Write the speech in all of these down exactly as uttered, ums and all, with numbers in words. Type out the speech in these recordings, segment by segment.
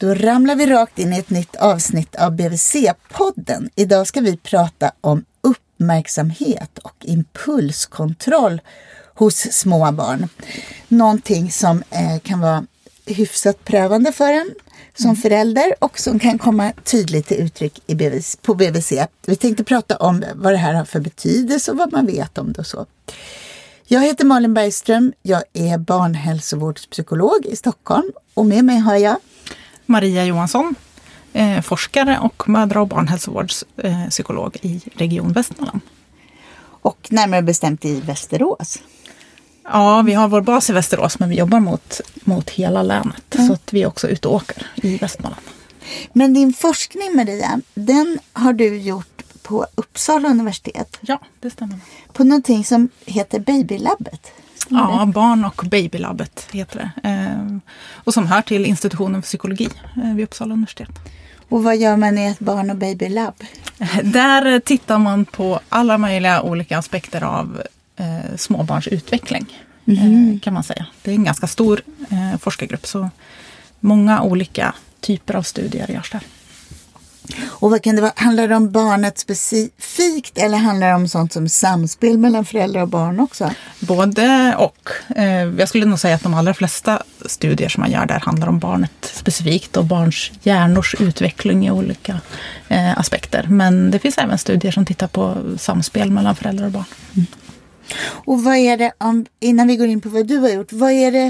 Då ramlar vi rakt in i ett nytt avsnitt av B V C-podden. Idag ska vi prata om uppmärksamhet och impulskontroll hos små barn. Någonting som eh, kan vara hyfsat prövande för en som mm. förälder och som kan komma tydligt till uttryck i B V C, på B V C. Vi tänkte prata om vad det här har för betydelse och vad man vet om det och så. Jag heter Malin Bergström, jag är barnhälsovårdspsykolog i Stockholm och med mig har jag Maria Johansson, eh, forskare och mödra- och barnhälsovårdspsykolog i Region Västmanland. Och närmare bestämt i Västerås. Ja, vi har vår bas i Västerås men vi jobbar mot, mot hela länet mm. så att vi är också ute och åker i Västmanland. Men din forskning, Maria, den har du gjort på Uppsala universitet. Ja, det stämmer. På någonting som heter Babylabbet. Ja, barn- och babylabbet heter det. Eh, och som hör till institutionen för psykologi eh, vid Uppsala universitet. Och vad gör man i ett barn- och babylabb? Där tittar man på alla möjliga olika aspekter av eh, småbarns utveckling, mm. eh, kan man säga. Det är en ganska stor eh, forskargrupp, så många olika typer av studier görs där. Och vad kan det vara? Handlar det om barnet specifikt eller handlar det om sånt som samspel mellan föräldrar och barn också? Både och. Jag skulle nog säga att de allra flesta studier som man gör där handlar om barnet specifikt och barns hjärnors utveckling i olika aspekter. Men det finns även studier som tittar på samspel mellan föräldrar och barn. Mm. Och vad är det, om, innan vi går in på vad du har gjort, vad är det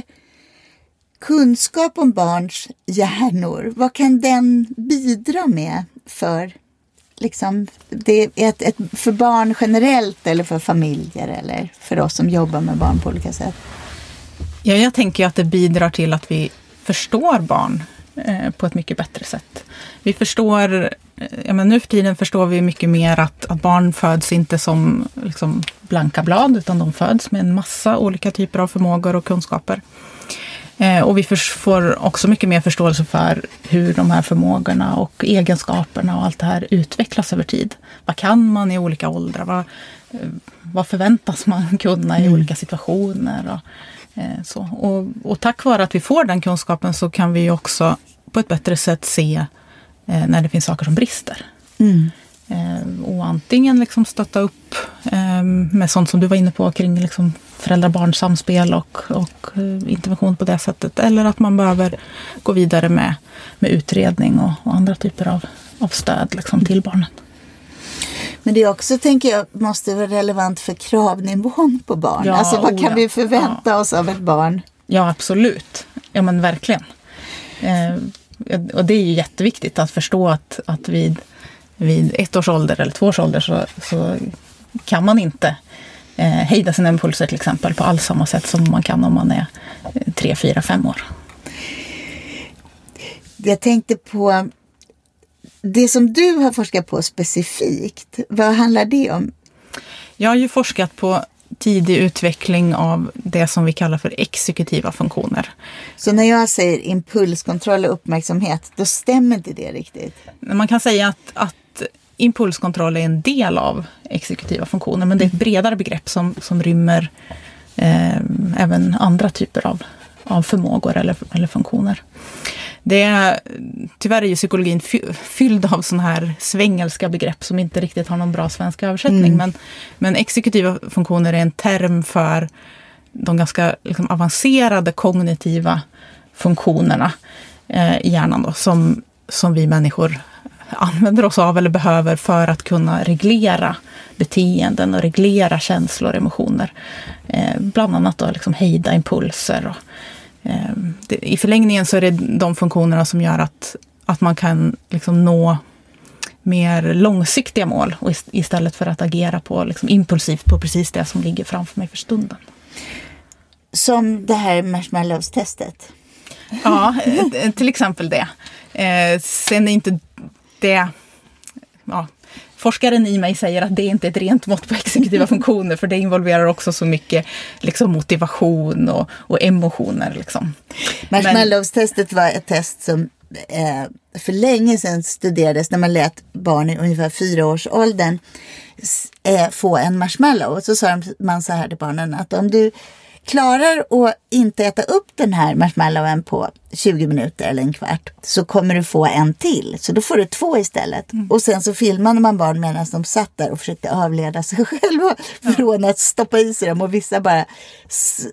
kunskap om barns hjärnor, vad kan den bidra med för, liksom, det är ett, ett, för barn generellt eller för familjer eller för oss som jobbar med barn på olika sätt? Ja, jag tänker att det bidrar till att vi förstår barn eh, på ett mycket bättre sätt. Vi förstår, ja, men nu för tiden förstår vi mycket mer att, att barn föds inte som liksom, blanka blad utan de föds med en massa olika typer av förmågor och kunskaper. Eh, och vi får också mycket mer förståelse för hur de här förmågorna och egenskaperna och allt det här utvecklas över tid. Vad kan man i olika åldrar? Vad, eh, vad förväntas man kunna i mm. olika situationer? Och, eh, så. Och, och tack vare att vi får den kunskapen så kan vi också på ett bättre sätt se eh, när det finns saker som brister. Mm. Eh, och antingen liksom stötta upp eh, med sånt som du var inne på kring liksom föräldrar-barn samspel och, och eh, intervention på det sättet. Eller att man behöver gå vidare med, med utredning och, och andra typer av, av stöd liksom, till barnet. Men det är också, tänker jag, måste vara relevant för kravnivån på barn. Ja, alltså vad kan ja, vi förvänta ja. oss av ett barn? Ja, absolut. Ja, men verkligen. Eh, och det är ju jätteviktigt att förstå att, att vid vid ett års ålder eller två års ålder så, så kan man inte eh, hejda sina impulser till exempel på alls samma sätt som man kan om man är tre, fyra, fem år. Jag tänkte på det som du har forskat på specifikt. Vad handlar det om? Jag har ju forskat på tidig utveckling av det som vi kallar för exekutiva funktioner. Så när jag säger impulskontroll och uppmärksamhet, då stämmer inte det riktigt? Man kan säga att, att impulskontroll är en del av exekutiva funktioner, men det är ett bredare begrepp som, som rymmer eh, även andra typer av, av förmågor eller, eller funktioner. Det är, tyvärr är ju psykologin fylld av såna här svängelska begrepp som inte riktigt har någon bra svensk översättning. Mm. Men, men exekutiva funktioner är en term för de ganska liksom, avancerade kognitiva funktionerna eh, i hjärnan då, som, som vi människor använder oss av eller behöver för att kunna reglera beteenden och reglera känslor och emotioner. Eh, bland annat då liksom hejda impulser och i förlängningen så är det de funktionerna som gör att, att man kan liksom nå mer långsiktiga mål och istället för att agera på liksom impulsivt på precis det som ligger framför mig för stunden. Som det här marshmallows-testet? Ja, till exempel det. Eh, sen är inte det... Ja, forskaren i mig säger att det inte är ett rent mått på exekutiva funktioner, för det involverar också så mycket liksom, motivation och, och emotioner. Liksom. Marshmallows-testet var ett test som eh, för länge sedan studerades när man lät barn i ungefär fyra års åldern eh, få en marshmallow. Och så sa man så här till barnen att om du klarar att inte äta upp den här marshmallowen på tjugo minuter eller en kvart så kommer du få en till. Så då får du två istället. Mm. Och sen så filmade man barn medan de satt där och försökte avleda sig själva ja. från att stoppa i sig dem. Och vissa bara s-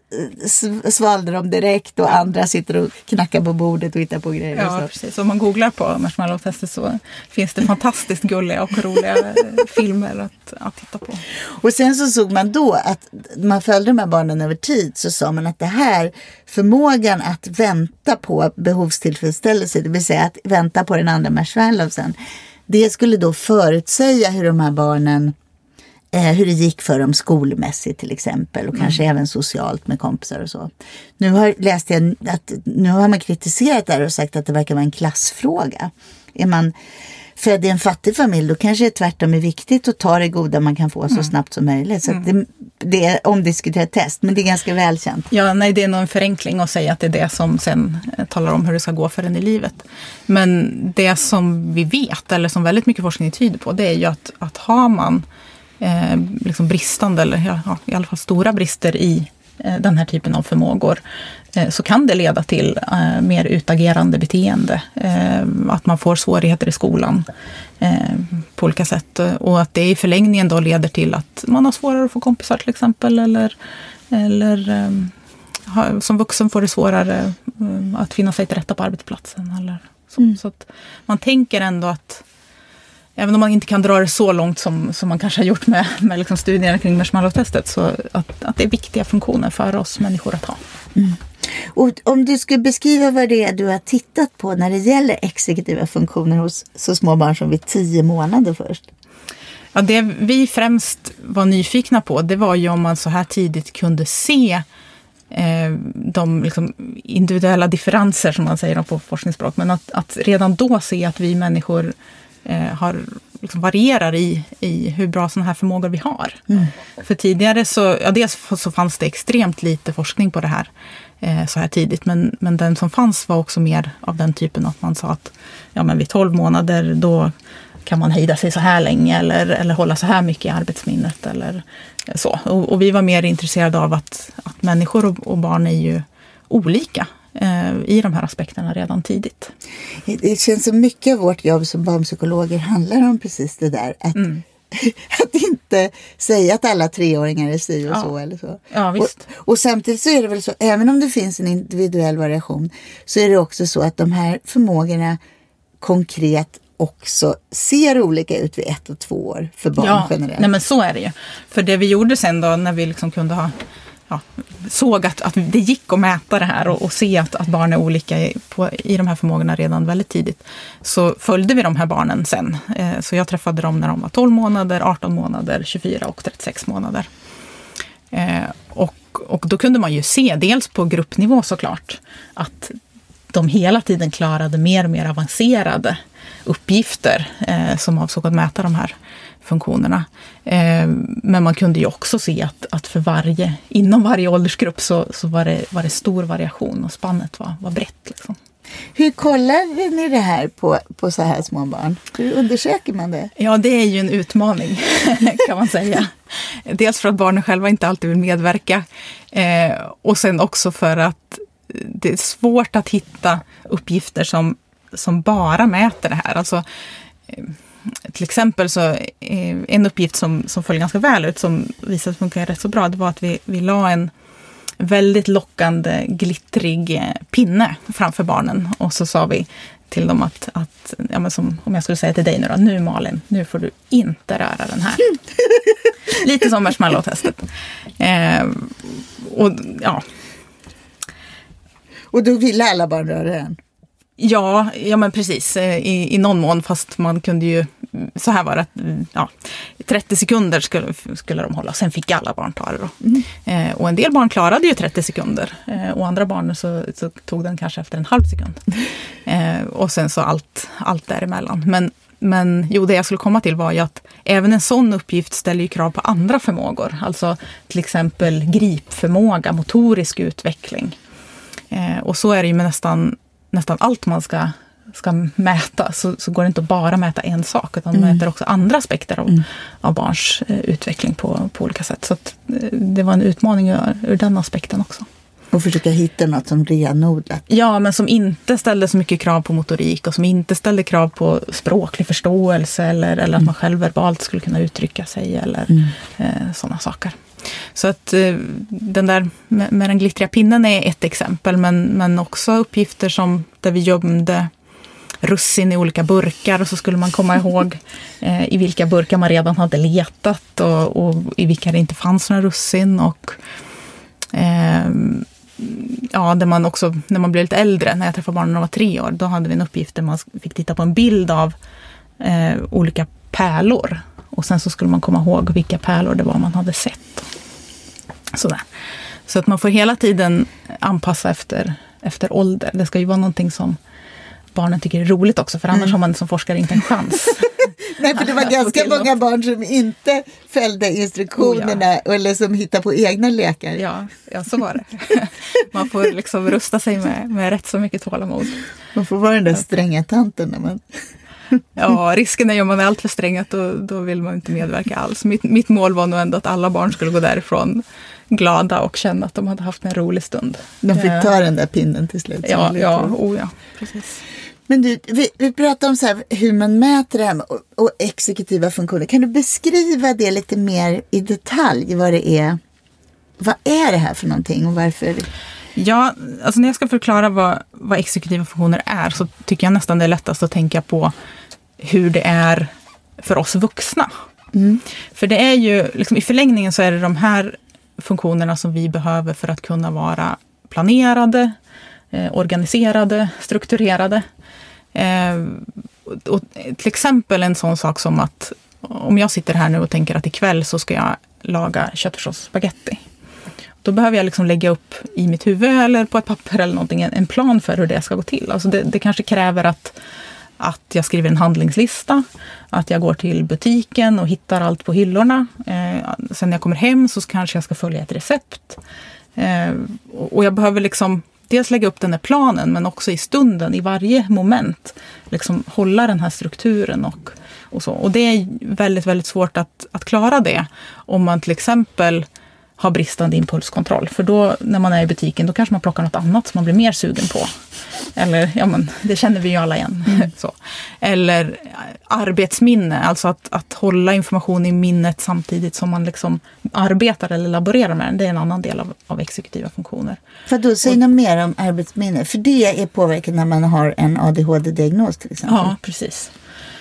s- svalde dem direkt och ja. andra sitter och knackar på bordet och hittar på grejer. Ja, och så. Precis. Om man googlar på marshmallow-testet så finns det fantastiskt gulliga och roliga filmer att, att titta på. Och sen så såg man då att man följde de här barnen över tid, så sa man att det här förmågan att vänta på behovstillfredsställelse, det vill säga att vänta på den andra marshmallowsen, det skulle då förutsäga hur de här barnen, eh, hur det gick för dem skolmässigt till exempel och mm. kanske även socialt med kompisar och så. Nu har läst jag att nu har man kritiserat det här och sagt att det verkar vara en klassfråga. Är man född i en fattig familj, då kanske det tvärtom är viktigt att ta det goda man kan få så mm. snabbt som möjligt. Så mm. det, det är omdiskuterat test, men det är ganska välkänt. Ja, nej, det är nog en förenkling att säga att det är det som sen talar om hur det ska gå för en i livet. Men det som vi vet, eller som väldigt mycket forskning tyder på, det är ju att, att har man eh, liksom bristande, eller ja, i alla fall stora brister i eh, den här typen av förmågor, så kan det leda till eh, mer utagerande beteende. Eh, att man får svårigheter i skolan eh, på olika sätt. Och att det i förlängningen då leder till att man har svårare att få kompisar till exempel. Eller, eller eh, ha, som vuxen får det svårare eh, att finna sig till rätta på arbetsplatsen. Eller så. Mm. Så att man tänker ändå att även om man inte kan dra det så långt som, som man kanske har gjort med, med liksom studierna kring marshmallow-testet, så att, att det är viktiga funktioner för oss människor att ha. Mm. Och om du skulle beskriva vad det är du har tittat på när det gäller exekutiva funktioner hos så små barn som vid tio månader först? Ja, det vi främst var nyfikna på, det var ju om man så här tidigt kunde se eh, de liksom individuella differenser som man säger på forskningsspråk, men att, att redan då se att vi människor eh, har liksom varierar i, i hur bra sådana här förmågor vi har. Mm. För tidigare så, ja, dels så fanns det extremt lite forskning på det här eh, så här tidigt, men, men den som fanns var också mer av den typen att man sa att ja, men vid tolv månader då kan man hejda sig så här länge eller, eller hålla så här mycket i arbetsminnet eller så. Och, och vi var mer intresserade av att, att människor och, och barn är ju olika eh, i de här aspekterna redan tidigt. Det känns som mycket av vårt jobb som barnpsykologer handlar om precis det där. Att, mm. att inte säga att alla treåringar är si och ja. så eller så. Ja, visst. Och, och samtidigt så är det väl så, även om det finns en individuell variation, så är det också så att de här förmågorna konkret också ser olika ut vid ett och två år för barn ja, generellt. Nej men så är det ju. För det vi gjorde sen då när vi liksom kunde ha ja, såg att, att det gick att mäta det här och, och se att, att barn är olika i, på, i de här förmågorna redan väldigt tidigt, så följde vi de här barnen sen. Eh, så jag träffade dem när de var tolv månader, arton månader, tjugofyra och trettiosex månader. Eh, och, och då kunde man ju se, dels på gruppnivå såklart, att de hela tiden klarade mer och mer avancerade uppgifter eh, som avsåg att mäta de här funktionerna. Eh, men man kunde ju också se att, att för varje, inom varje åldersgrupp så, så var, det, var det stor variation och spannet var, var brett. Liksom. Hur kollar ni det här på, på så här små barn? Hur undersöker man det? Ja, det är ju en utmaning kan man säga. Dels för att barnen själva inte alltid vill medverka eh, och sen också för att det är svårt att hitta uppgifter som, som bara mäter det här. Alltså, eh, till exempel så eh, en uppgift som, som följer ganska väl ut, som visade att funkar rätt så bra, det var att vi, vi la en väldigt lockande, glittrig eh, pinne framför barnen. Och så sa vi till dem att, att ja, men som, om jag skulle säga till dig nu då, nu Malin, nu får du inte röra den här. Lite som marshmallow-testet. Eh, och ja... Och då ville alla barn röra den? Ja, ja men precis. I, i någon mån, fast man kunde ju... Så här var det att ja, trettio sekunder skulle, skulle de hålla. Sen fick alla barn ta det då. Mm. Eh, och en del barn klarade ju trettio sekunder. Eh, och andra barn så, så tog den kanske efter en halv sekund. Eh, och sen så allt, allt däremellan. Men, men jo, det jag skulle komma till var ju att även en sån uppgift ställer ju krav på andra förmågor. Alltså till exempel gripförmåga, motorisk utveckling. Eh, och så är det ju med nästan, nästan allt man ska, ska mäta. Så, så går det inte att bara mäta en sak, utan man mm. mäter också andra aspekter av, mm. av barns eh, utveckling på, på olika sätt. Så att, eh, det var en utmaning ur, ur den aspekten också. Och försöka hitta något som renodlat. Ja, men som inte ställde så mycket krav på motorik och som inte ställde krav på språklig förståelse eller, eller att man själv verbalt skulle kunna uttrycka sig eller mm. eh, sådana saker. Så att eh, den där med, med den glittriga pinnen är ett exempel, men, men också uppgifter som där vi gömde russin i olika burkar och så skulle man komma ihåg eh, i vilka burkar man redan hade letat och, och i vilka det inte fanns några russin och eh, ja, där man också, när man blev lite äldre, när jag träffade barnen när de var tre år, då hade vi en uppgift där man fick titta på en bild av eh, olika pärlor. Och sen så skulle man komma ihåg vilka pärlor det var man hade sett. Sådär. Så att man får hela tiden anpassa efter, efter ålder. Det ska ju vara någonting som barnen tycker är roligt också, för annars mm. har man som forskare inte en chans. Nej, för det var ganska många barn som inte följde instruktionerna oh, ja. eller som hittade på egna lekar. Ja, ja, så var det. Man får liksom rusta sig med, med rätt så mycket tålamod. Man får vara den där stränga tanten när man... Ja, risken är ju om man är allt för strängat, då, då vill man inte medverka alls. Mitt, mitt mål var nog ändå att alla barn skulle gå därifrån glada och känna att de hade haft en rolig stund. De fick ta den där pinnen till slut. Ja, ja, oh ja, precis. Men du, vi, vi pratar om så här, hur man mäter det här med, och, och exekutiva funktioner. Kan du beskriva det lite mer i detalj? Vad det är? Vad är det här för någonting och varför? Ja, alltså när jag ska förklara vad, vad exekutiva funktioner är så tycker jag nästan det är lättast att tänka på hur det är för oss vuxna. Mm. För det är ju, liksom, i förlängningen så är det de här funktionerna som vi behöver för att kunna vara planerade, eh, organiserade, strukturerade. Eh, och till exempel en sån sak som att om jag sitter här nu och tänker att ikväll så ska jag laga köttfärssås spaghetti. Då behöver jag liksom lägga upp i mitt huvud eller på ett papper eller någonting en plan för hur det ska gå till. Alltså det, det kanske kräver att, att jag skriver en handlingslista, att jag går till butiken och hittar allt på hyllorna. Eh, sen när jag kommer hem så kanske jag ska följa ett recept. Eh, och jag behöver liksom dels lägga upp den här planen, men också i stunden, i varje moment, liksom hålla den här strukturen och, och så. Och det är väldigt, väldigt svårt att, att klara det om man till exempel har bristande impulskontroll. För då när man är i butiken, då kanske man plockar något annat som man blir mer sugen på. Eller, ja men det känner vi ju alla igen. Mm. Så. Eller arbetsminne, alltså att, att hålla information i minnet samtidigt som man liksom arbetar eller laborerar med den. Det är en annan del av, av exekutiva funktioner. För då säg något mer om arbetsminne. För det är påverkat när man har en A D H D-diagnos till exempel. Ja, precis.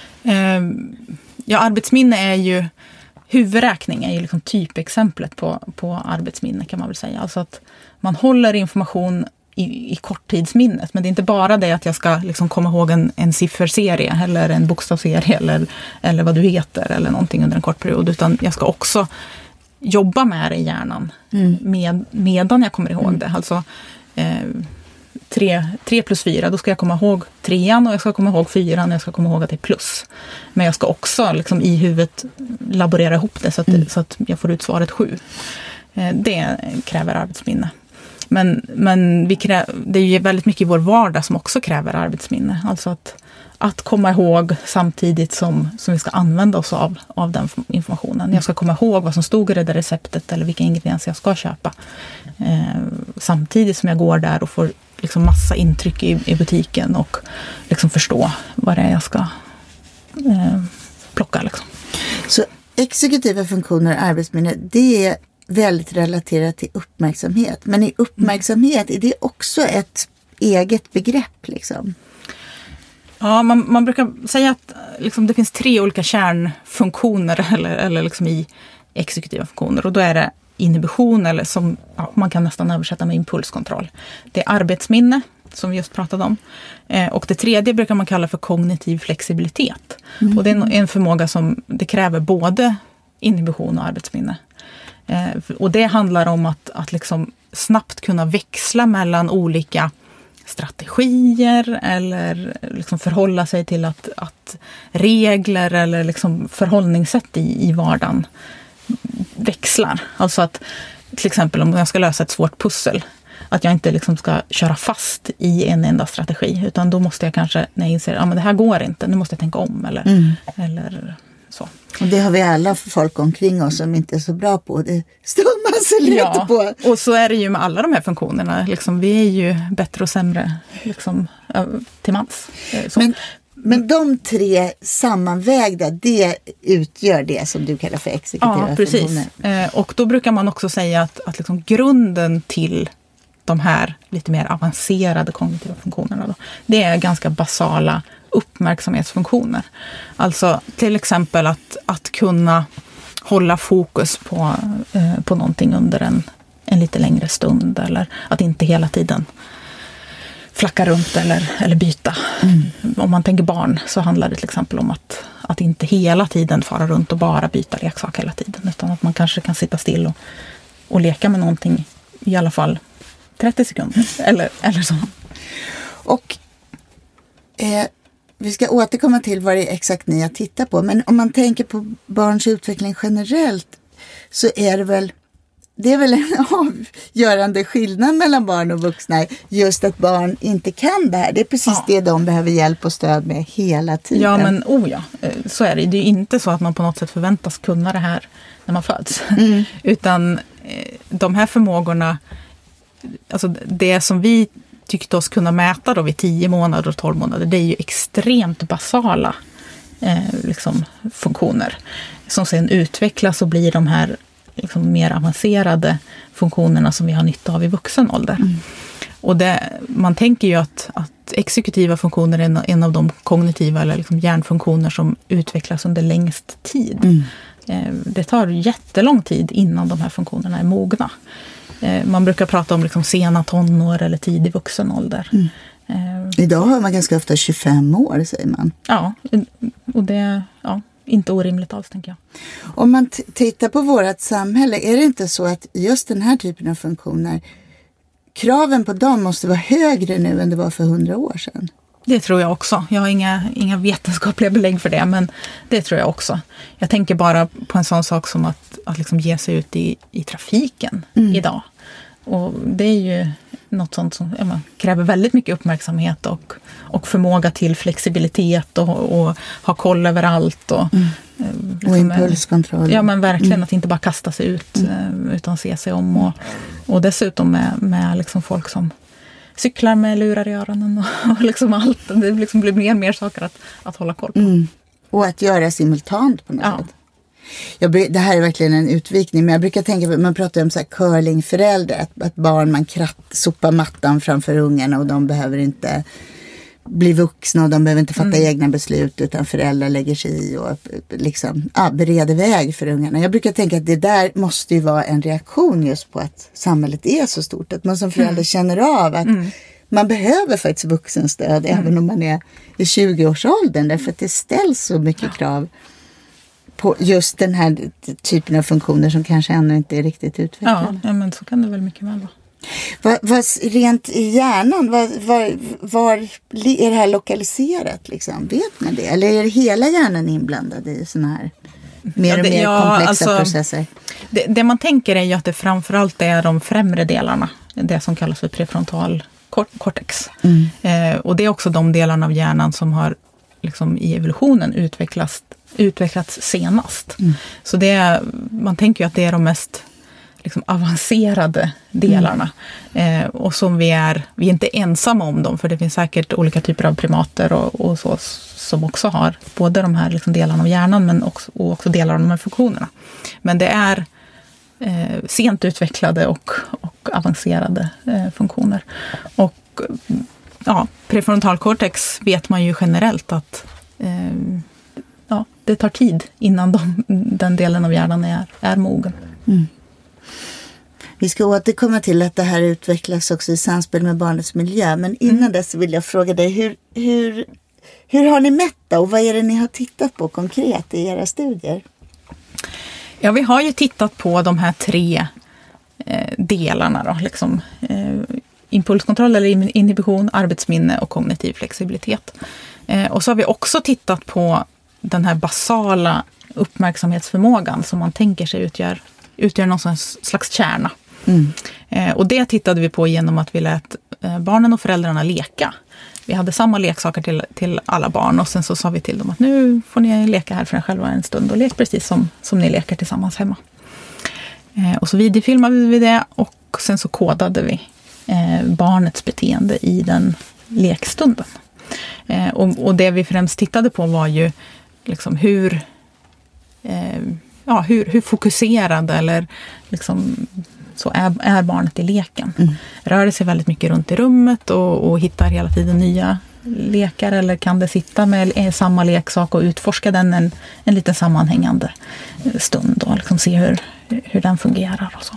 Ehm, ja, arbetsminne är ju huvudräkning är ju liksom typexemplet på, på arbetsminne kan man väl säga. Alltså att man håller information i, i korttidsminnet. Men det är inte bara det att jag ska liksom komma ihåg en, en sifferserie eller en bokstavsserie eller, eller vad du heter eller någonting under en kort period. Utan jag ska också jobba med det i hjärnan mm. med, medan jag kommer ihåg mm. det. Alltså eh, tre, tre plus fyra, då ska jag komma ihåg trean och jag ska komma ihåg fyran och jag ska komma ihåg att det är plus. Men jag ska också liksom i huvudet laborera ihop det så att, mm. så att jag får ut svaret sju. Eh, det kräver arbetsminne. Men, men vi krä, det är ju väldigt mycket i vår vardag som också kräver arbetsminne. Alltså att, att komma ihåg samtidigt som, som vi ska använda oss av, av den informationen. Jag ska komma ihåg vad som stod i det där receptet eller vilka ingredienser jag ska köpa. Eh, samtidigt som jag går där och får liksom massa intryck i, i butiken och liksom förstå vad det är jag ska eh, plocka. Liksom. Så exekutiva funktioner och arbetsminne, det är väldigt relaterat till uppmärksamhet. Men i uppmärksamhet är det också ett eget begrepp liksom? Ja, man, man brukar säga att liksom, det finns tre olika kärnfunktioner eller, eller liksom i exekutiva funktioner. Och då är det inhibition eller som ja, man kan nästan översätta med impulskontroll. Det är arbetsminne som vi just pratade om. Eh, och det tredje brukar man kalla för kognitiv flexibilitet. Mm. Och det är en, en förmåga som det kräver både inhibition och arbetsminne. Eh, och det handlar om att, att liksom snabbt kunna växla mellan olika strategier eller liksom förhålla sig till att, att regler eller liksom förhållningssätt i, i vardagen växlar. Alltså att till exempel om jag ska lösa ett svårt pussel, att jag inte liksom ska köra fast i en enda strategi, utan då måste jag kanske, när jag inser att ah, det här går inte, nu måste jag tänka om eller, mm. eller så. Och det har vi alla folk omkring oss som inte är så bra på. Det står man så lätt ja, på. Och så är det ju med alla de här funktionerna. Liksom, vi är ju bättre och sämre liksom, till mans. Så. Men, men de tre sammanvägda, det utgör det som du kallar för exekutiva ja, precis. funktioner. Eh, och då brukar man också säga att, att liksom grunden till de här lite mer avancerade kognitiva funktionerna då, det är ganska basala uppmärksamhetsfunktioner. Alltså till exempel att, att kunna hålla fokus på, eh, på någonting under en, en lite längre stund, eller att inte hela tiden flacka runt eller, eller byta. Mm. Om man tänker barn så handlar det till exempel om att, att inte hela tiden fara runt och bara byta leksak hela tiden, utan att man kanske kan sitta still och, och leka med någonting i alla fall trettio sekunder eller, eller så. Och eh, vi ska återkomma till vad det är exakt ni har tittat på, men om man tänker på barns utveckling generellt så är det väl det är väl en avgörande skillnad mellan barn och vuxna, just att barn inte kan det här. Det är precis ja. det de behöver hjälp och stöd med hela tiden. Ja, men oh ja, så är det. Det är inte så att man på något sätt förväntas kunna det här när man föds. Mm. Utan de här förmågorna, alltså det som vi tyckte oss kunna mäta då vid tio månader och tolv månader, det är ju extremt basala eh, liksom, funktioner som sen utvecklas och blir de här liksom, mer avancerade funktionerna som vi har nytta av i vuxen ålder. Mm. Och det, man tänker ju att, att exekutiva funktioner är en, en av de kognitiva eller liksom hjärnfunktioner som utvecklas under längst tid. Mm. Eh, det tar jättelång tid innan de här funktionerna är mogna. Man brukar prata om liksom sena tonår eller tidig vuxen ålder. Mm. Eh, Idag har man ganska ofta tjugofem år, säger man. Ja, och det är ja, inte orimligt alls, tänker jag. Om man t- tittar på vårt samhälle, är det inte så att just den här typen av funktioner, kraven på dem måste vara högre nu än det var för hundra år sedan? Det tror jag också. Jag har inga, inga vetenskapliga belägg för det, men det tror jag också. Jag tänker bara på en sån sak som att, att liksom ge sig ut i, i trafiken mm. idag. Och det är ju något sånt som ja, man kräver väldigt mycket uppmärksamhet och, och förmåga till flexibilitet och, och ha koll över allt. Och, mm. liksom, och impulskontroll. Ja, men verkligen mm. att inte bara kasta sig ut mm. utan se sig om. Och, och dessutom med, med liksom folk som cyklar med lurar i öronen och, och liksom allt. Det liksom blir mer och mer saker att, att hålla koll på. Mm. Och att göra simultant på något ja. sätt. Jag, det här är verkligen en utvikning, men jag brukar tänka på, man pratar om så här curlingföräldrar, att, att barn man kratt, sopar mattan framför ungarna och de behöver inte bli vuxna och de behöver inte fatta mm. egna beslut utan föräldrar lägger sig i och liksom, ja, bereder väg för ungarna. Jag brukar tänka att det där måste ju vara en reaktion just på att samhället är så stort, att man som förälder mm. känner av att mm. man behöver faktiskt vuxenstöd mm. även om man är i tjugo-årsåldern, därför att det ställs så mycket ja. krav på just den här typen av funktioner som kanske ännu inte är riktigt utvecklade. Ja, ja men så kan det väl mycket väl vara. Vad, vad, rent i hjärnan, var, var, var är det här lokaliserat? Liksom? Vet man det? Eller är det hela hjärnan inblandad i såna här mer och mer ja, komplexa alltså, processer? Det, det man tänker är ju att det framförallt är de främre delarna. Det som kallas för prefrontal cortex. Mm. Eh, och det är också de delarna av hjärnan som har liksom, i evolutionen utvecklats, utvecklats senast. Mm. Så det är, man tänker ju att det är de mest liksom avancerade delarna. Mm. Eh, och som vi är, vi är inte ensamma om dem, för det finns säkert olika typer av primater och, och så som också har både de här liksom delarna av hjärnan men också, och också delar av de här funktionerna. Men det är eh, sent utvecklade och, och avancerade eh, funktioner. Och ja, prefrontalkortex vet man ju generellt att eh, ja, det tar tid innan de, den delen av hjärnan är, är mogen. Mm. Vi ska återkomma till att det här utvecklas också i samspel med barnets miljö. Men innan mm. dess vill jag fråga dig, hur, hur, hur har ni mätt då? Och vad är det ni har tittat på konkret i era studier? Ja, vi har ju tittat på de här tre eh, delarna då. Liksom, eh, impulskontroll eller inhibition, arbetsminne och kognitiv flexibilitet. Eh, och så har vi också tittat på den här basala uppmärksamhetsförmågan som man tänker sig utgör, utgör någon slags kärna. Mm. Eh, och det tittade vi på genom att vi lät eh, barnen och föräldrarna leka vi hade samma leksaker till, till alla barn och sen så sa vi till dem att nu får ni leka här för er själva en stund och lek precis som, som ni leker tillsammans hemma. Eh, och så videofilmade vi det och sen så kodade vi eh, barnets beteende i den lekstunden. Eh, och, och det vi främst tittade på var ju liksom hur, eh, ja, hur, hur fokuserad eller liksom så är, är barnet i leken. Mm. Rör det sig väldigt mycket runt i rummet och, och hittar hela tiden nya lekar eller kan det sitta med samma leksak och utforska den en, en liten sammanhängande stund och liksom se hur, hur den fungerar och så.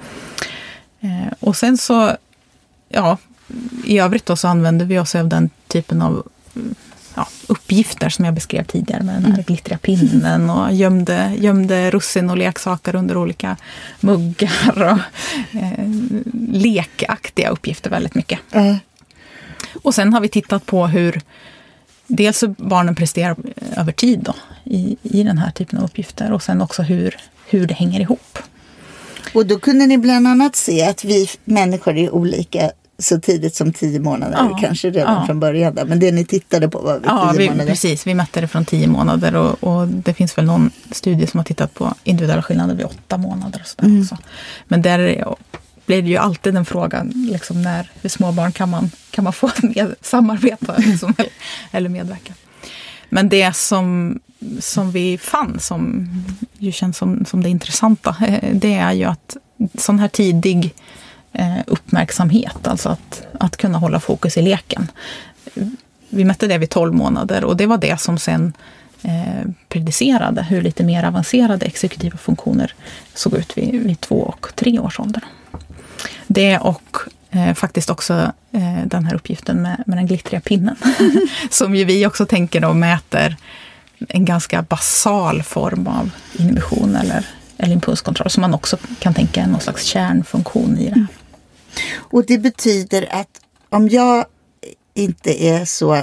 Eh, och sen så, ja, i övrigt då så använder vi oss av den typen av ja, uppgifter som jag beskrev tidigare med den här mm. glittriga pinnen och gömde, gömde russin och leksaker under olika muggar och eh, lekaktiga uppgifter väldigt mycket. Mm. Och sen har vi tittat på hur dels barnen presterar över tid då, i, i den här typen av uppgifter och sen också hur, hur det hänger ihop. Och då kunde ni bland annat se att vi människor är olika så tidigt som tio månader, ja, kanske redan ja. från början. Där. Men det ni tittade på var vid ja, tio vi, månader. Precis, vi mätte det från tio månader och, och det finns väl någon studie som har tittat på individuella skillnader vid åtta månader. Och så där mm. också. Men där blir det ju alltid en fråga, liksom när hur små barn kan man, kan man få med, samarbeta liksom, eller medverka. Men det som, som vi fann, som ju känns som, som det intressanta, det är ju att sån här tidig uppmärksamhet, alltså att, att kunna hålla fokus i leken. Vi mätte det vid tolv månader och det var det som sen eh, predicerade hur lite mer avancerade exekutiva funktioner såg ut vid, vid två och tre års ålder. Det och eh, faktiskt också eh, den här uppgiften med, med den glittriga pinnen som ju vi också tänker då mäter en ganska basal form av inhibition eller eller impulskontroll som man också kan tänka är någon slags kärnfunktion i det. Mm. Och det betyder att om jag inte är så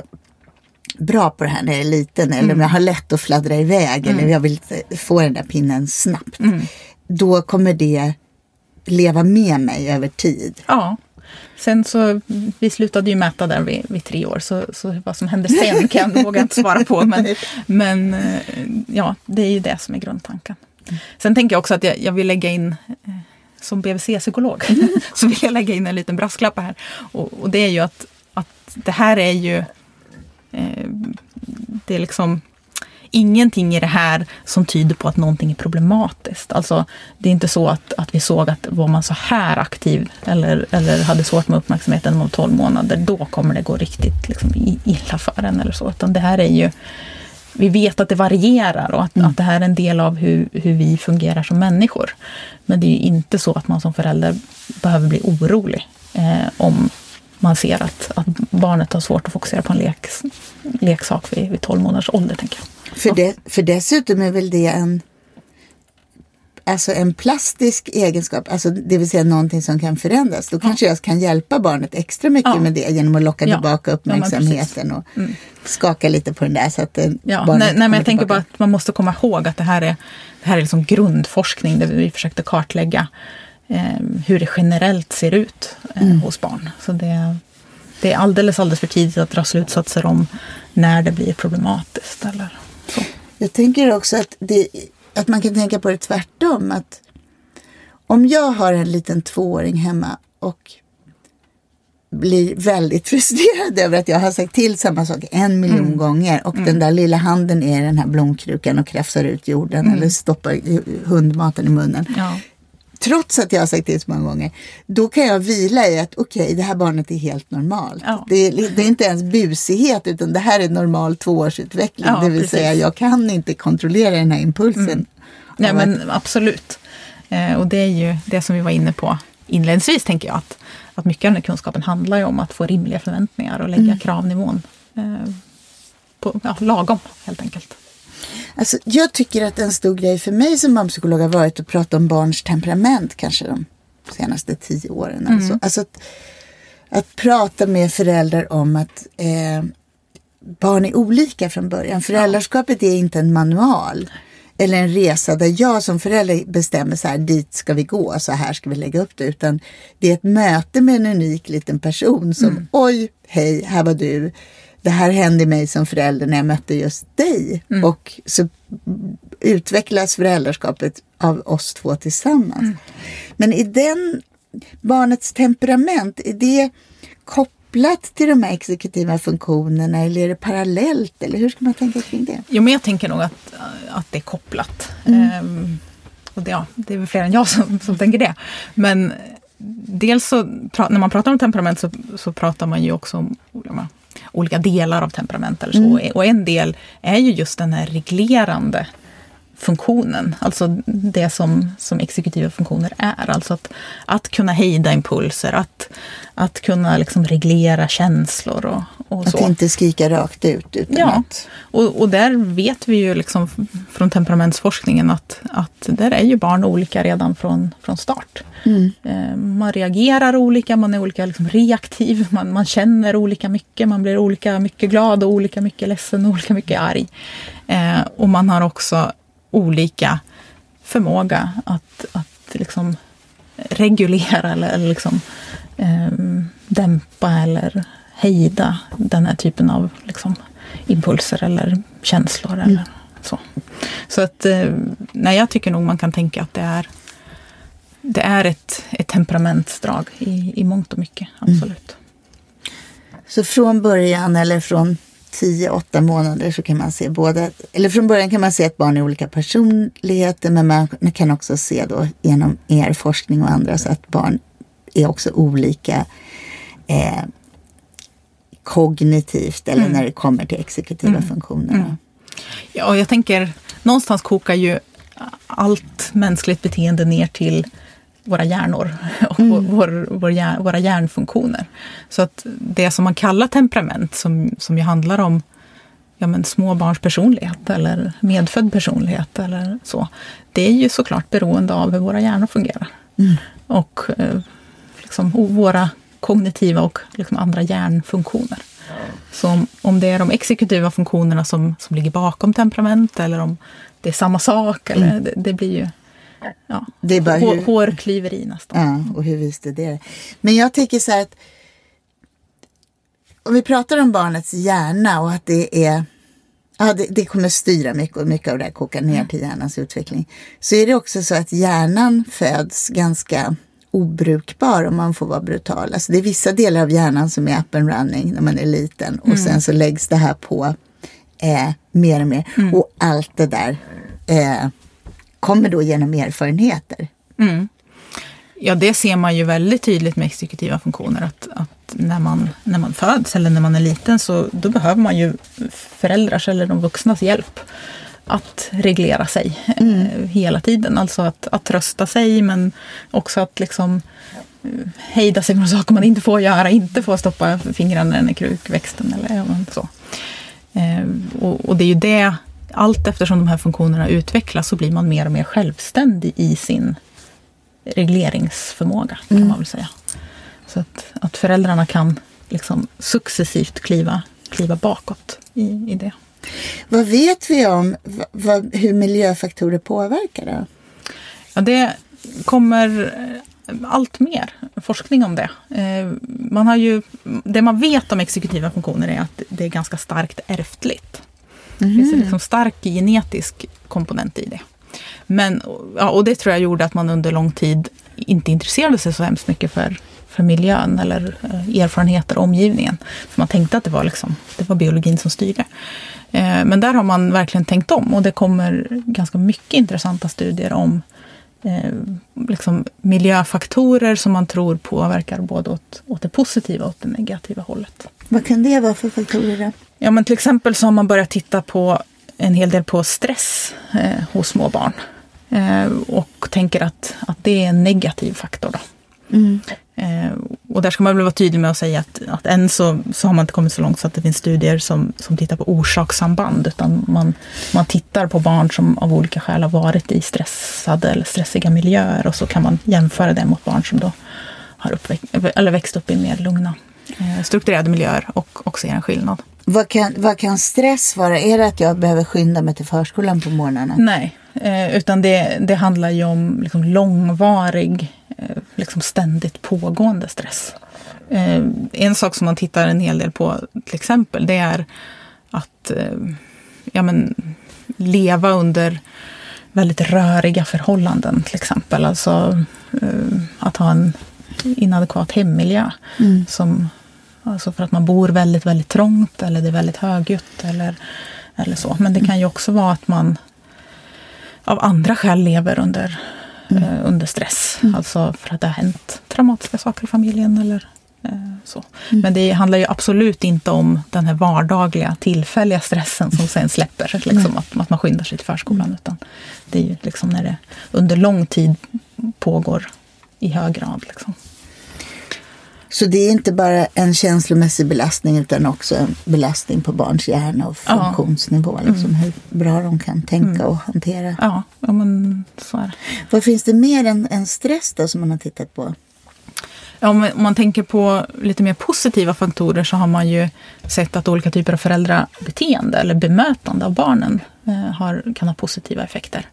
bra på det här när jag är liten mm. eller om jag har lätt att fladdra iväg mm. eller jag vill få den där pinnen snabbt, mm. då kommer det leva med mig över tid. Ja. Sen så, vi slutade ju mäta där vid, vid tre år, så, så vad som händer sen kan jag våga inte svara på. Men, men ja, det är ju det som är grundtanken. Mm. Sen tänker jag också att jag, jag vill lägga in, eh, som B V C-psykolog, mm. så vill jag lägga in en liten brasklapp här. Och, och det är ju att, att det här är ju, eh, det är liksom ingenting i det här som tyder på att någonting är problematiskt. Alltså, det är inte så att, att vi såg att var man så här aktiv eller, eller hade svårt med uppmärksamheten om tolv månader, då kommer det gå riktigt liksom, illa för en eller så. Utan det här är ju, vi vet att det varierar och att, mm. att det här är en del av hur, hur vi fungerar som människor. Men det är ju inte så att man som förälder behöver bli orolig eh, om man ser att, att barnet har svårt att fokusera på en lek, leksak vid, vid tolv månaders ålder, tänker jag. För, det, för dessutom är väl det en, alltså en plastisk egenskap, alltså det vill säga någonting som kan förändras. Då kanske ja. jag kan hjälpa barnet extra mycket ja. med det genom att locka ja. tillbaka uppmärksamheten ja, och mm. skaka lite på den där. Så att den, ja. nej, nej, men jag tänker bara att man måste komma ihåg att det här är, det här är liksom grundforskning där vi försökte kartlägga eh, hur det generellt ser ut eh, mm. hos barn. Så det, det är alldeles, alldeles för tidigt att dra slutsatser om när det blir problematiskt eller så. Jag tänker också att, det, att man kan tänka på det tvärtom. Att om jag har en liten tvååring hemma och blir väldigt frustrerad över att jag har sagt till samma sak en miljon mm. gånger och mm. den där lilla handen är i den här blomkrukan och krafsar ut jorden mm. eller stoppar hundmaten i munnen. Ja. Trots att jag har sagt det så många gånger, då kan jag vila i att okej, okay, det här barnet är helt normalt. Ja. Det, är, det är inte ens busighet, utan det här är normal tvåårsutveckling. Ja, det vill precis. säga, jag kan inte kontrollera den här impulsen. Mm. Nej, men absolut. Eh, och det är ju det som vi var inne på inledningsvis, tänker jag. Att, att mycket av den här kunskapen handlar ju om att få rimliga förväntningar och lägga mm. kravnivån eh, på ja, lagom, helt enkelt. Alltså, jag tycker att en stor grej för mig som barnpsykolog har varit att prata om barns temperament kanske de senaste tio åren. Mm. Alltså, alltså att, att prata med föräldrar om att eh, barn är olika från början. Föräldraskapet är inte en manual. eller en resa där jag som förälder bestämmer så här, dit ska vi gå, så här ska vi lägga upp det, utan det är ett möte med en unik liten person som, mm. oj, hej, här var du. Det här hände mig som förälder när jag mötte just dig. Mm. Och så utvecklas föräldraskapet av oss två tillsammans. Mm. Men i den barnets temperament, är det kopplat till de här exekutiva funktionerna eller är det parallellt? Eller hur ska man tänka kring det? Jo, men jag tänker nog att, att det är kopplat. Mm. Ehm, och det, ja, det är väl fler än jag som, som tänker det. Men dels så, när man pratar om temperament så, så pratar man ju också om ja, olika delar av temperament eller så. Mm. Och en del är ju just den här reglerande funktionen. Alltså det som, som exekutiva funktioner är. Alltså att, att kunna hejda impulser. Att, att kunna liksom reglera känslor och, och så. Att inte skrika rakt ut. Utan ja, att... och, och där vet vi ju liksom från temperamentsforskningen att, att där är ju barn olika redan från, från start. Mm. Eh, man reagerar olika, man är olika liksom reaktiv, man, man känner olika mycket, man blir olika mycket glad och olika mycket ledsen och olika mycket arg. Eh, och man har också olika förmåga att, att liksom reglera eller, eller liksom, eh, dämpa eller hejda den här typen av liksom, impulser eller känslor. Mm. Eller så. Så att, eh, nej, jag tycker nog man kan tänka att det är, det är ett, ett temperamentsdrag i, i mångt och mycket, absolut. Mm. Så från början eller från tio åtta månader så kan man se båda, eller från början kan man se att barn är olika personligheter, men man kan också se då genom er forskning och andra så att barn är också olika eh, kognitivt eller mm. när det kommer till exekutiva mm. funktioner. Mm. Ja, och jag tänker, någonstans kokar ju allt mänskligt beteende ner till våra hjärnor och mm. vår, vår hjär, våra hjärnfunktioner. Så att det som man kallar temperament, som, som ju handlar om ja, men småbarns personlighet eller medfödd personlighet eller så, det är ju såklart beroende av hur våra hjärnor fungerar. Mm. Och eh, liksom, våra kognitiva och liksom andra hjärnfunktioner. Så om, om det är de exekutiva funktionerna som, som ligger bakom temperament eller om det är samma sak, eller mm. det, det blir ju ja, det är bara hår, hur... hårklyveri nästan. Ja, och hur visste det? Men jag tycker så här att om vi pratar om barnets hjärna och att det är ja, det, det kommer styra mycket och mycket av det här kokar ner mm. till hjärnans utveckling, så är det också så att hjärnan föds ganska obrukbar om man får vara brutal. Alltså det är vissa delar av hjärnan som är up and running när man är liten och mm. sen så läggs det här på eh, mer och mer. Mm. Och allt det där eh, kommer då genom erfarenheter. Mm. Ja, det ser man ju väldigt tydligt med exekutiva funktioner. Att, att när, man, när man föds eller när man är liten så då behöver man ju föräldrars eller de vuxnas hjälp att reglera sig mm. eh, hela tiden. Alltså att, att trösta sig, men också att liksom eh, hejda sig från saker man inte får göra. Inte få stoppa fingrarna i krukväxten eller ja, så. Eh, och, och det är ju det, allt eftersom de här funktionerna utvecklas så blir man mer och mer självständig i sin regleringsförmåga, kan mm. man väl säga. Så att, att föräldrarna kan liksom successivt kliva, kliva bakåt i, i det. Vad vet vi om vad, hur miljöfaktorer påverkar det? Ja, det kommer allt mer forskning om det. Man har ju, det man vet om exekutiva funktioner är att det är ganska starkt ärftligt. Mm. Det finns en liksom stark genetisk komponent i det. Men, ja, och det tror jag gjorde att man under lång tid inte intresserade sig så hemskt mycket för, för miljön eller eh, erfarenheter omgivningen. För man tänkte att det var, liksom, det var biologin som styrde. Eh, men där har man verkligen tänkt om och det kommer ganska mycket intressanta studier om eh, liksom miljöfaktorer som man tror påverkar både åt, åt det positiva och åt det negativa hållet. Vad kan det vara för faktorer då? Ja, men till exempel så har man börjat titta på en hel del på stress eh, hos små barn. Eh, och tänker att, att det är en negativ faktor då. Mm. Eh, och där ska man väl vara tydlig med att säga att, att än så, så har man inte kommit så långt så att det finns studier som, som tittar på orsakssamband. Utan man, man tittar på barn som av olika skäl har varit i stressade eller stressiga miljöer. Och så kan man jämföra det mot barn som då har uppväxt, eller växt upp i mer lugna eh, strukturerade miljöer och också ser en skillnad. Vad kan, vad kan stress vara? Är det att jag behöver skynda mig till förskolan på morgnarna? Nej, Eh, utan det, det handlar ju om liksom långvarig, eh, liksom ständigt pågående stress. Eh, en sak som man tittar en hel del på till exempel, det är att eh, ja, men, leva under väldigt röriga förhållanden till exempel. Alltså eh, att ha en inadekvat hemmiljö. Mm. Som, alltså för att man bor väldigt, väldigt trångt eller det är väldigt högljutt eller, eller så. Men det kan ju också vara att man av andra skäl lever under, mm. eh, under stress. Mm. Alltså för att det har hänt traumatiska saker i familjen eller eh, så. Mm. Men det handlar ju absolut inte om den här vardagliga, tillfälliga stressen som sen släpper. Liksom, mm. att, att man skyndar sig till förskolan. Mm. Utan det är ju liksom när det under lång tid pågår i hög grad. Liksom. Så det är inte bara en känslomässig belastning utan också en belastning på barns hjärna och funktionsnivå. Ja. Liksom, mm. hur bra de kan tänka mm. och hantera. Ja, ja men så är det. Vad finns det mer än, än stress då som man har tittat på? Ja, om, om man tänker på lite mer positiva faktorer så har man ju sett att olika typer av föräldrabeteende eller bemötande av barnen eh, har, kan ha positiva effekter.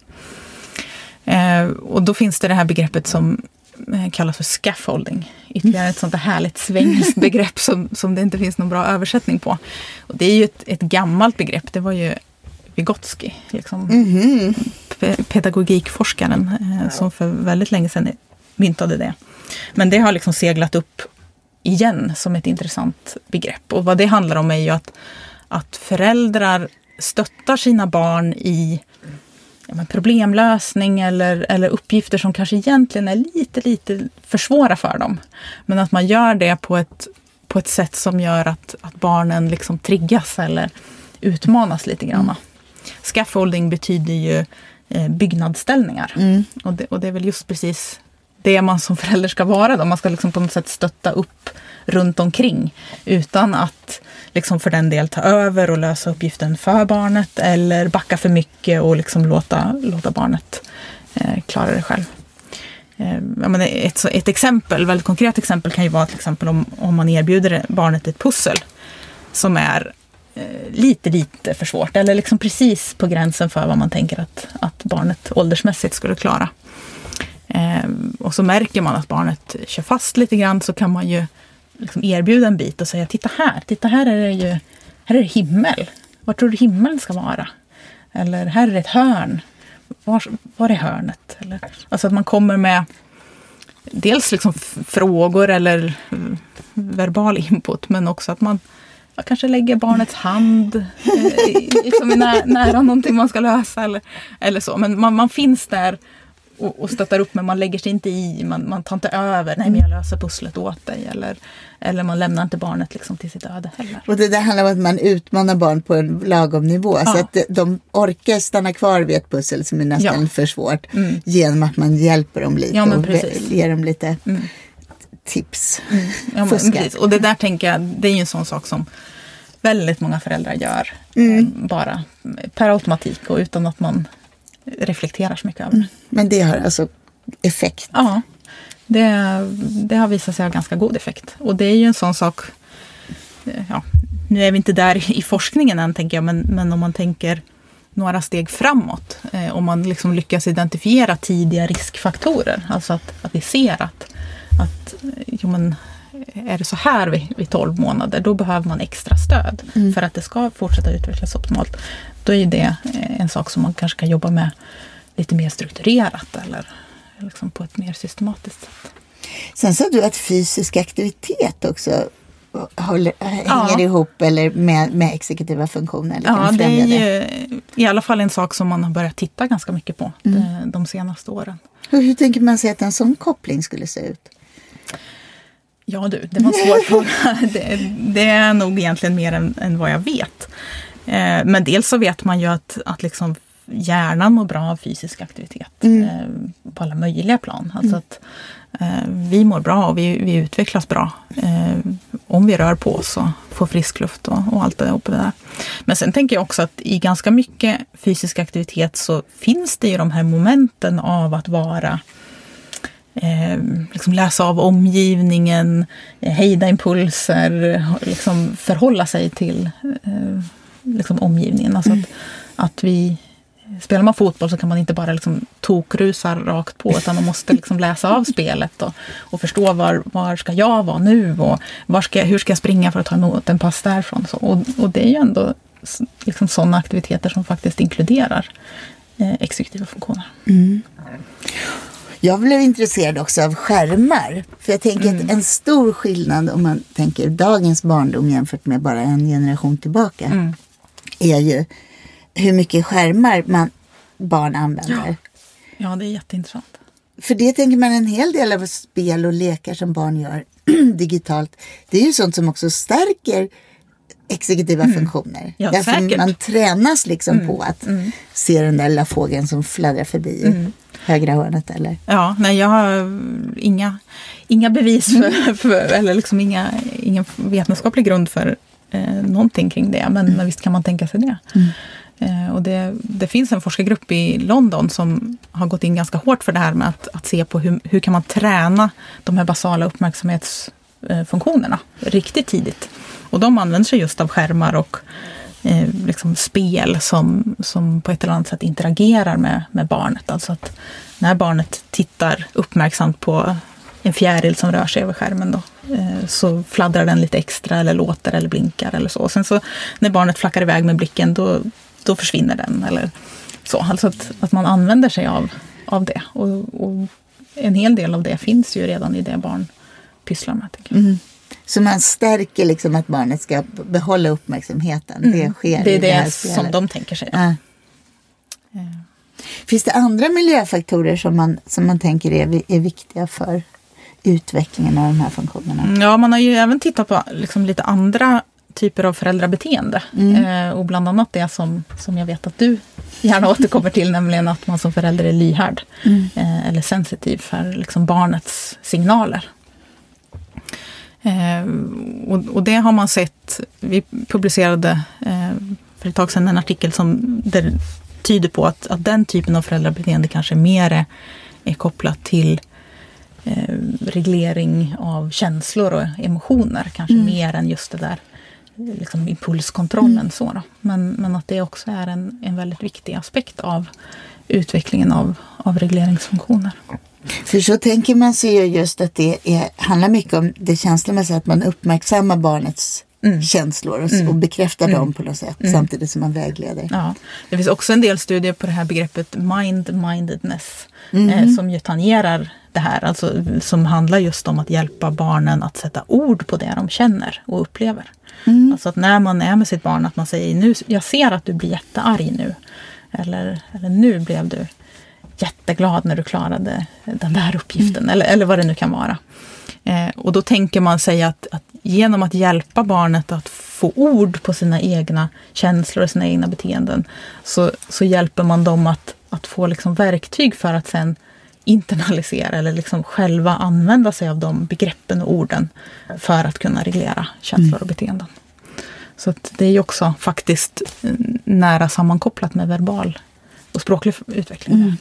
Eh, och då finns det det här begreppet som kallas för scaffolding. Ytterligare ett sånt här härligt svenskt begrepp som, som det inte finns någon bra översättning på. Och det är ju ett, ett gammalt begrepp. Det var ju Vygotsky, liksom, mm-hmm. pe- pedagogikforskaren eh, som för väldigt länge sedan myntade det. Men det har liksom seglat upp igen som ett intressant begrepp. Och vad det handlar om är ju att, att föräldrar stöttar sina barn i ja, men problemlösning eller, eller uppgifter som kanske egentligen är lite, lite för svåra för dem. Men att man gör det på ett, på ett sätt som gör att, att barnen liksom triggas eller utmanas lite grann. Mm. Scaffolding betyder ju eh, byggnadsställningar. Mm. Och, det, och det är väl just precis det man som förälder ska vara då. Man ska liksom på något sätt stötta upp runt omkring utan att liksom för den del ta över och lösa uppgiften för barnet eller backa för mycket och liksom låta, låta barnet eh, klara det själv. Eh, jag menar, ett, ett exempel, väldigt konkret exempel kan ju vara till exempel om, om man erbjuder barnet ett pussel som är eh, lite, lite för svårt eller liksom precis på gränsen för vad man tänker att, att barnet åldersmässigt skulle klara. Eh, och så märker man att barnet kör fast lite grann så kan man ju liksom erbjuda en bit och säga titta här, titta här är det ju här är det himmel. Var tror du himmeln ska vara? Eller här är det ett hörn. Var, var är hörnet? Eller, alltså att man kommer med dels liksom f- frågor eller uh, verbal input men också att man ja, kanske lägger barnets hand eh, liksom nä- nära någonting man ska lösa eller, eller så. Men man, man finns där och, och stöttar upp men man lägger sig inte i, man, man tar inte över, nej men jag löser pusslet åt dig eller, eller man lämnar inte barnet liksom till sitt öde heller. Och det där handlar om att man utmanar barn på en lagom nivå ja. Så att de orkar stanna kvar vid ett pussel som är nästan ja. för svårt mm. genom att man hjälper dem lite ja, och ger dem lite mm. tips. Mm. Ja, men, precis. Och det där tänker jag, det är ju en sån sak som väldigt många föräldrar gör mm. eh, bara per automatik och utan att man reflekterar så mycket över det. Men det har alltså effekt? Ja, det, det har visat sig ha ganska god effekt. Och det är ju en sån sak, ja, nu är vi inte där i forskningen än tänker jag, men, men om man tänker några steg framåt, eh, om man liksom lyckas identifiera tidiga riskfaktorer, alltså att, att vi ser att, att jo, men, är det så här vid, vid tolv månader, då behöver man extra stöd mm. för att det ska fortsätta utvecklas optimalt. Då är det en sak som man kanske kan jobba med lite mer strukturerat eller liksom på ett mer systematiskt sätt. Sen sa du att fysisk aktivitet också håller, hänger ja. ihop eller med, med exekutiva funktioner. Eller ja, det är ju i alla fall en sak som man har börjat titta ganska mycket på mm. de, de senaste åren. Och hur tänker man sig att en sån koppling skulle se ut? Ja du, det var en svår fråga. Det, det är nog egentligen mer än, än vad jag vet. Eh, men dels så vet man ju att, att liksom hjärnan mår bra av fysisk aktivitet. Mm. Eh, på alla möjliga plan. Alltså mm. att eh, vi mår bra och vi, vi utvecklas bra. Eh, om vi rör på oss och får frisk luft och, och allt det, och det där. Men sen tänker jag också att i ganska mycket fysisk aktivitet så finns det ju de här momenten av att vara Eh, liksom läsa av omgivningen, eh, hejda impulser, liksom förhålla sig till eh, liksom omgivningen. Alltså mm. att, att vi spelar man fotboll så kan man inte bara liksom tokrusa rakt på, utan man måste liksom läsa av spelet och, och förstå var, var ska jag vara nu och var ska jag, hur ska jag springa för att ta emot en pass därifrån. Så, och, och det är ju ändå liksom sådana aktiviteter som faktiskt inkluderar eh, exekutiva funktioner. Mm. Jag blev intresserad också av skärmar. För jag tänker mm. att en stor skillnad om man tänker dagens barndom jämfört med bara en generation tillbaka mm. är ju hur mycket skärmar man barn använder. Ja. ja, det är jätteintressant. För det tänker man en hel del av spel och lekar som barn gör digitalt. Det är ju sånt som också stärker exekutiva mm. funktioner. Ja, därför säkert. Man tränas liksom mm. på att mm. se den där lilla fågeln som fladdrar förbi mm. högra hörnet, eller? Ja, nej, jag har inga, inga bevis för, för eller liksom inga, ingen vetenskaplig grund för eh, någonting kring det, men, mm. men visst kan man tänka sig det. Mm. Eh, och det, det finns en forskargrupp i London som har gått in ganska hårt för det här med att, att se på hur, hur kan man träna de här basala uppmärksamhetsfunktionerna riktigt tidigt. Och de använder sig just av skärmar och eh, liksom spel som, som på ett eller annat sätt interagerar med, med barnet. Alltså att när barnet tittar uppmärksamt på en fjäril som rör sig över skärmen då, eh, så fladdrar den lite extra eller låter eller blinkar eller så. Och sen så när barnet flackar iväg med blicken då, då försvinner den eller så. Alltså att, att man använder sig av, av det. Och, och en hel del av det finns ju redan i det barn pysslar med, tycker jag. Mm. Så man stärker liksom att barnet ska behålla uppmärksamheten. Mm. Det sker det är i det, det här som de tänker sig. Ja. Ja. Finns det andra miljöfaktorer som man, som man tänker är, är viktiga för utvecklingen av de här funktionerna? Ja, man har ju även tittat på liksom lite andra typer av föräldrabeteende. Mm. Eh, och bland annat det som, som jag vet att du gärna återkommer till, nämligen att man som förälder är lyhörd mm. eh, eller sensitiv för liksom barnets signaler. Eh, och, och det har man sett, vi publicerade eh, för ett tag sedan en artikel som där tyder på att, att den typen av föräldrabeteende kanske mer är, är kopplat till eh, reglering av känslor och emotioner, kanske mm. mer än just det där liksom impulskontrollen. Mm. Så då. Men, men att det också är en, en väldigt viktig aspekt av utvecklingen av, av regleringsfunktioner. För så tänker man sig ju just att det är, handlar mycket om det känslomässiga, att man uppmärksammar barnets mm. känslor och, mm. och bekräftar mm. dem på något sätt mm. samtidigt som man vägleder. Ja. Det finns också en del studier på det här begreppet mind-mindedness mm. eh, som ju tangerar det här, alltså som handlar just om att hjälpa barnen att sätta ord på det de känner och upplever. Mm. Alltså att när man är med sitt barn, att man säger nu, jag ser att du blir jättearg nu, eller, eller nu blev du jätteglad när du klarade den där uppgiften, mm. eller, eller vad det nu kan vara. Eh, och då tänker man sig att, att genom att hjälpa barnet att få ord på sina egna känslor och sina egna beteenden, så, så hjälper man dem att, att få liksom verktyg för att sen internalisera eller liksom själva använda sig av de begreppen och orden för att kunna reglera känslor och beteenden. Så att det är ju också faktiskt nära sammankopplat med verbal och språklig utveckling. Mm.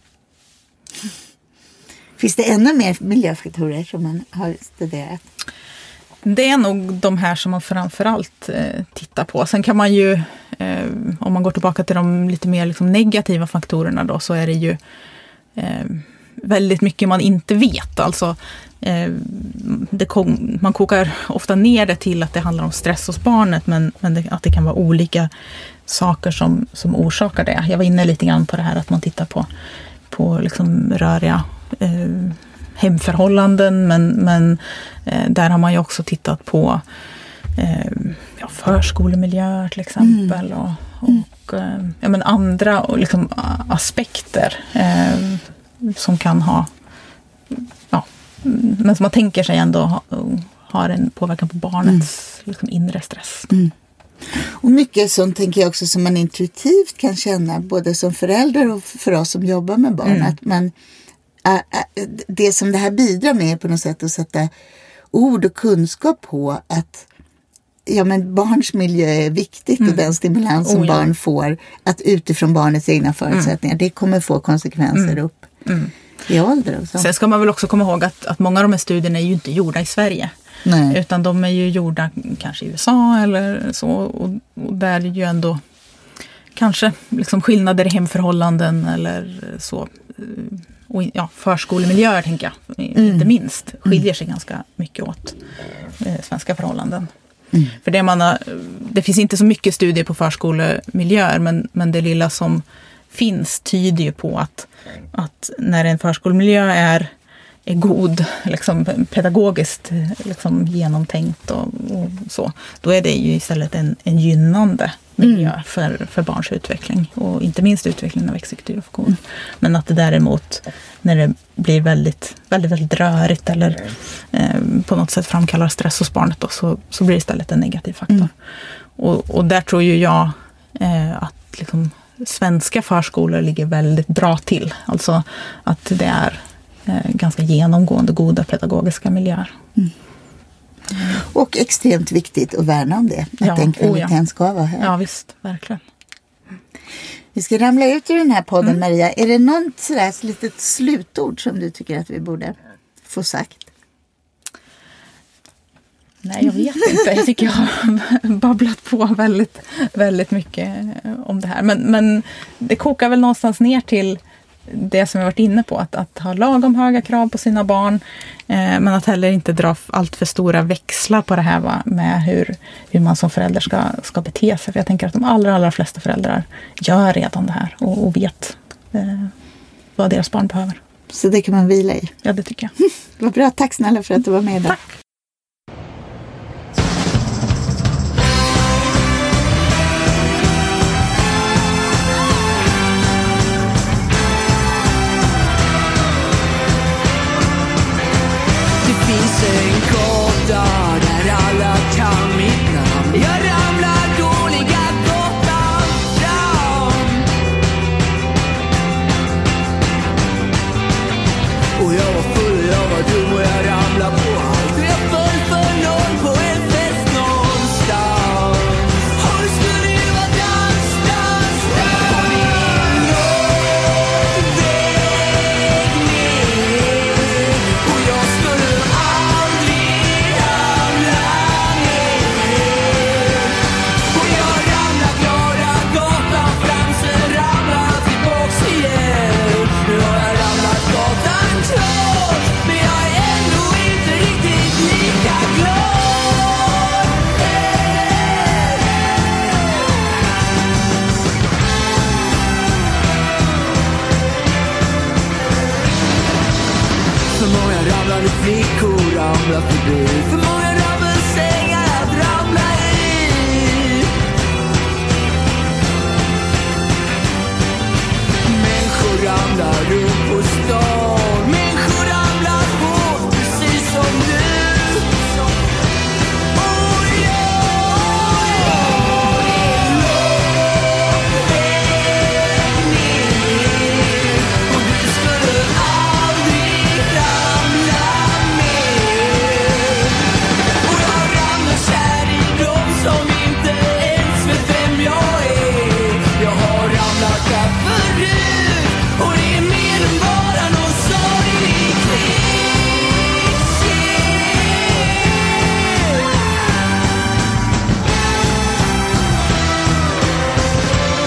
Finns det ännu mer miljöfaktorer som man har studerat? Det är nog de här som man framförallt eh, tittar på. Sen kan man ju, eh, om man går tillbaka till de lite mer liksom negativa faktorerna då, så är det ju eh, väldigt mycket man inte vet. Alltså, eh, det kom, man kokar ofta ner det till att det handlar om stress hos barnet, men, men det, att det kan vara olika saker som, som orsakar det. Jag var inne lite grann på det här att man tittar på, på liksom röriga eh, hemförhållanden, men, men eh, där har man ju också tittat på eh, ja, förskolemiljö till exempel mm. och, och eh, ja, men andra och liksom, aspekter eh, som kan ha, ja, men som man tänker sig ändå ha, har en påverkan på barnets mm. liksom, inre stress. Mm. Och mycket sånt tänker jag också som man intuitivt kan känna, både som förälder och för oss som jobbar med barn, mm. att man äh, äh, det som det här bidrar med är på något sätt att sätta ord och kunskap på att ja, men barns miljö är viktigt mm. och den stimulans som oh, ja. barn får, att utifrån barnets egna förutsättningar, mm. det kommer få konsekvenser mm. upp mm. i ålder och så. Sen ska man väl också komma ihåg att, att många av de här studierna är ju inte gjorda i Sverige. Nej. Utan de är ju gjorda kanske i U S A eller så, och, och där är ju ändå kanske liksom skillnader i hemförhållanden eller så. Och ja, förskolemiljöer tänker jag, mm. inte minst, skiljer sig ganska mycket åt eh, svenska förhållanden. Mm. För det, man har, det finns inte så mycket studier på förskolemiljöer, men, men det lilla som finns tyder ju på att, att när en förskolemiljö är, är god, liksom pedagogiskt liksom genomtänkt och, och så, då är det ju istället en, en gynnande miljö mm. för, för barns utveckling och inte minst utvecklingen av exekutiva funktioner. Mm. Men att det däremot, när det blir väldigt, väldigt, väldigt rörigt eller eh, på något sätt framkallar stress hos barnet då, så, så blir det istället en negativ faktor. Mm. Och, och där tror ju jag eh, att liksom, svenska förskolor ligger väldigt bra till. Alltså att det är eh, ganska genomgående goda pedagogiska miljöer. Mm. Mm. Och extremt viktigt att värna om det. Att ja, den kvaliteten oh ja. ska vara här. Ja visst, verkligen. Vi ska ramla ut ur den här podden, mm. Maria. Är det något sådär litet slutord som du tycker att vi borde få sagt? Nej, jag vet inte. Jag tycker jag har babblat på väldigt, väldigt mycket om det här. Men, men det kokar väl någonstans ner till det som jag varit inne på. Att, att ha lagom höga krav på sina barn. Eh, men att heller inte dra allt för stora växlar på det här, va, med hur, hur man som förälder ska, ska bete sig. För jag tänker att de allra, allra flesta föräldrar gör redan det här. Och, och vet eh, vad deras barn behöver. Så det kan man vila i? Ja, det tycker jag. Vad bra. Tack snälla för att du var med där. Tack. En gata där alla kan mitt namn. Jag ramlar dåliga gatan fram. Och jag var full, jag var dum och jag ramlade på allt. Jag föll för noll på en fest någonstans. Och det skulle ju vara dans, dans, dans. Och det är någon väg ner. Och jag skulle flickor ramlar förbi. För många rabbelsängar att ramla i. Människor ramlar runt på stan. Människor ramlar på precis som du. Och jag är långt väg ner. Och du skulle aldrig ramla. Som inte ens vet vem jag är. Jag har ramlat där förut. Och det är mer än bara någon sorglig kliché.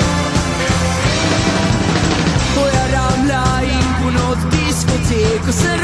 Och jag ramlar in på något diskotek. Och sen